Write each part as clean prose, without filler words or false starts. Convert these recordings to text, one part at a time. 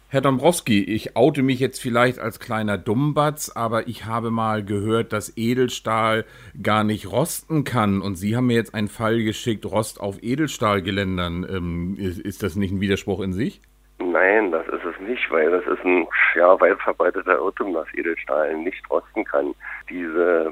Herr Dombrowski, ich oute mich jetzt vielleicht als kleiner Dummbatz, aber ich habe mal gehört, dass Edelstahl gar nicht rosten kann. Und Sie haben mir jetzt einen Fall geschickt, Rost auf Edelstahlgeländern. Ist das nicht ein Widerspruch in sich? Nein, das ist es nicht, weil das ist ein weit verbreiteter Irrtum, dass Edelstahl nicht rosten kann. Diese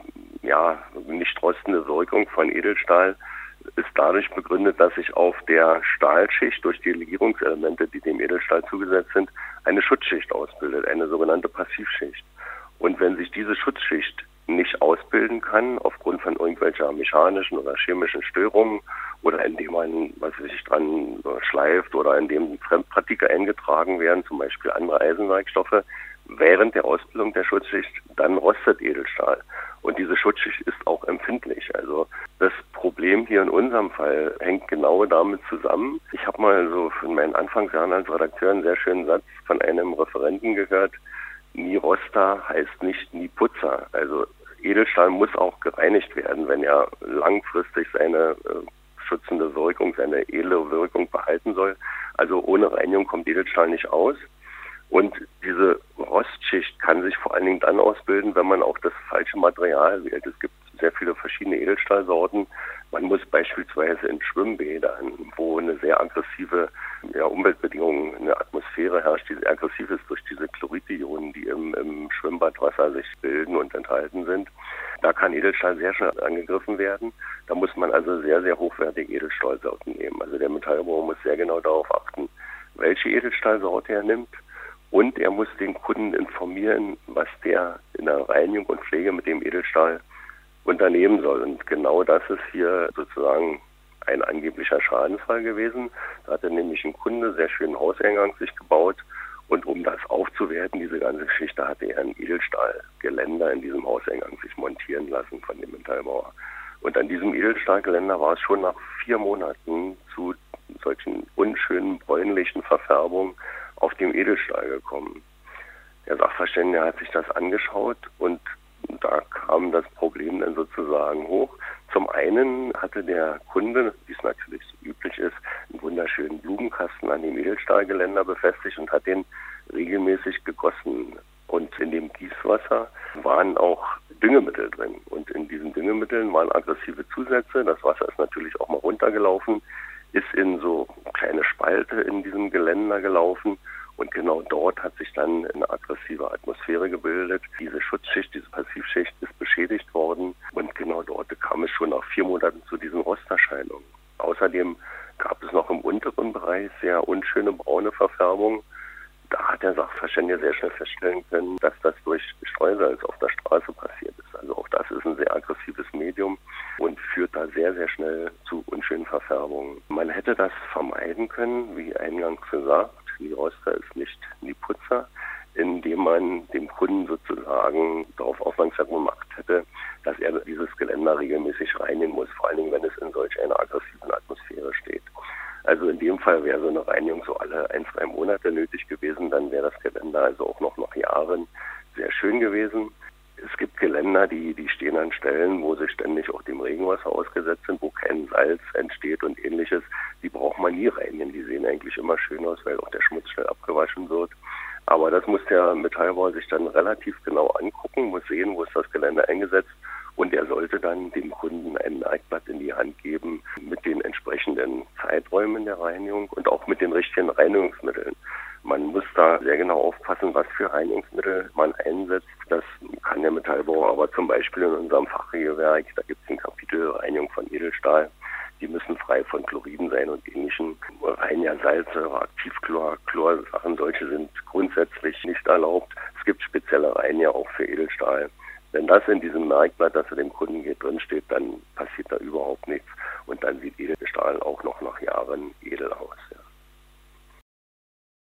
nicht rostende Wirkung von Edelstahl ist dadurch begründet, dass sich auf der Stahlschicht durch die Legierungselemente, die dem Edelstahl zugesetzt sind, eine Schutzschicht ausbildet, eine sogenannte Passivschicht. Und wenn sich diese Schutzschicht nicht ausbilden kann, aufgrund von irgendwelcher mechanischen oder chemischen Störungen oder indem man, was weiß ich, dran schleift oder indem Fremdpartikel eingetragen werden, zum Beispiel andere Eisenwerkstoffe, während der Ausbildung der Schutzschicht, dann rostet Edelstahl. Und diese Schutzschicht ist auch empfindlich. Also das Problem hier in unserem Fall hängt genau damit zusammen. Ich habe mal so in meinen Anfangsjahren als Redakteur einen sehr schönen Satz von einem Referenten gehört: Nie Roster heißt nicht nie Putzer. Also Edelstahl muss auch gereinigt werden, wenn er langfristig seine schützende Wirkung, seine edle Wirkung behalten soll. Also ohne Reinigung kommt Edelstahl nicht aus. Und diese Rostschicht kann sich vor allen Dingen dann ausbilden, wenn man auch das falsche Material wählt. Es gibt sehr viele verschiedene Edelstahlsorten. Man muss beispielsweise in Schwimmbädern, wo eine sehr aggressive Umweltbedingungen, eine Atmosphäre herrscht, die sehr aggressiv ist durch diese Chlorid-Ionen, die im Schwimmbadwasser sich bilden und enthalten sind. Da kann Edelstahl sehr schnell angegriffen werden. Da muss man also sehr, sehr hochwertige Edelstahlsorten nehmen. Also der Metallbauer muss sehr genau darauf achten, welche Edelstahlsorte er nimmt. Und er muss den Kunden informieren, was der in der Reinigung und Pflege mit dem Edelstahl unternehmen soll. Und genau das ist hier sozusagen ein angeblicher Schadensfall gewesen. Da hatte nämlich ein Kunde sehr schönen Hauseingang sich gebaut. Und um das aufzuwerten, diese ganze Geschichte, hatte er ein Edelstahlgeländer in diesem Hauseingang sich montieren lassen von dem Metallbauer. Und an diesem Edelstahlgeländer war es schon nach 4 Monaten zu solchen unschönen bräunlichen Verfärbungen auf dem Edelstahl gekommen. Der Sachverständige hat sich das angeschaut und da kam das Problem dann sozusagen hoch. Zum einen hatte der Kunde, wie es natürlich so üblich ist, einen wunderschönen Blumenkasten an dem Edelstahlgeländer befestigt und hat den regelmäßig gegossen. Und in dem Gießwasser waren auch Düngemittel drin. Und in diesen Düngemitteln waren aggressive Zusätze. Das Wasser ist natürlich auch mal runtergelaufen, ist in so kleine Spalte in diesem Geländer gelaufen. Und genau dort hat sich dann eine aggressive Atmosphäre gebildet. Diese Schutzschicht, diese Passivschicht ist beschädigt worden. Und genau dort kam es schon nach 4 Monaten zu diesen Rosterscheinungen. Außerdem gab es noch im unteren Bereich sehr unschöne braune Verfärbung. Da hat der Sachverständige sehr schnell feststellen können, dass das durch Streusalz auf der Straße passiert ist. Also auch das ist ein sehr aggressives Medium und führt da sehr, sehr schnell zu unschönen Verfärbungen. Man hätte das vermeiden können, wie eingangs gesagt. Nie Roster ist nicht nie Putzer, indem man dem Kunden sozusagen darauf aufmerksam gemacht hätte, dass er dieses Geländer regelmäßig reinigen muss, vor allen Dingen, wenn es in solch einer aggressiven Atmosphäre steht. Also in dem Fall wäre so eine Reinigung so alle 1-2 Monate nötig gewesen, dann wäre das Geländer also auch noch nach Jahren sehr schön gewesen. Es gibt Geländer, die stehen an Stellen, wo sie ständig auch dem Regenwasser ausgesetzt sind, wo kein Salz entsteht und ähnliches. Die braucht man nie reinigen. Die sehen eigentlich immer schön aus, weil auch der Schmutz schnell abgewaschen wird. Aber das muss der Metallbauer sich dann relativ genau angucken, muss sehen, wo ist das Geländer eingesetzt. Und er sollte dann dem Kunden ein Merkblatt in die Hand geben mit den entsprechenden Zeiträumen der Reinigung und auch mit den richtigen Reinigungsmitteln. Man muss da sehr genau aufpassen, was für Reinigungsmittel man einsetzt. Das kann der Metallbauer aber zum Beispiel in unserem Fachregelwerk, da gibt es ein Kapitel Reinigung von Edelstahl. Die müssen frei von Chloriden sein und ähnlichen. Rein Salze, Aktivchlor, Chlorsachen, solche sind grundsätzlich nicht erlaubt. Es gibt spezielle Reiniger auch für Edelstahl. Wenn das in diesem Merkblatt, das zu dem Kunden geht, drinsteht, dann passiert da überhaupt nichts. Und dann sieht Edelstahl auch noch nach Jahren edel aus. Ja.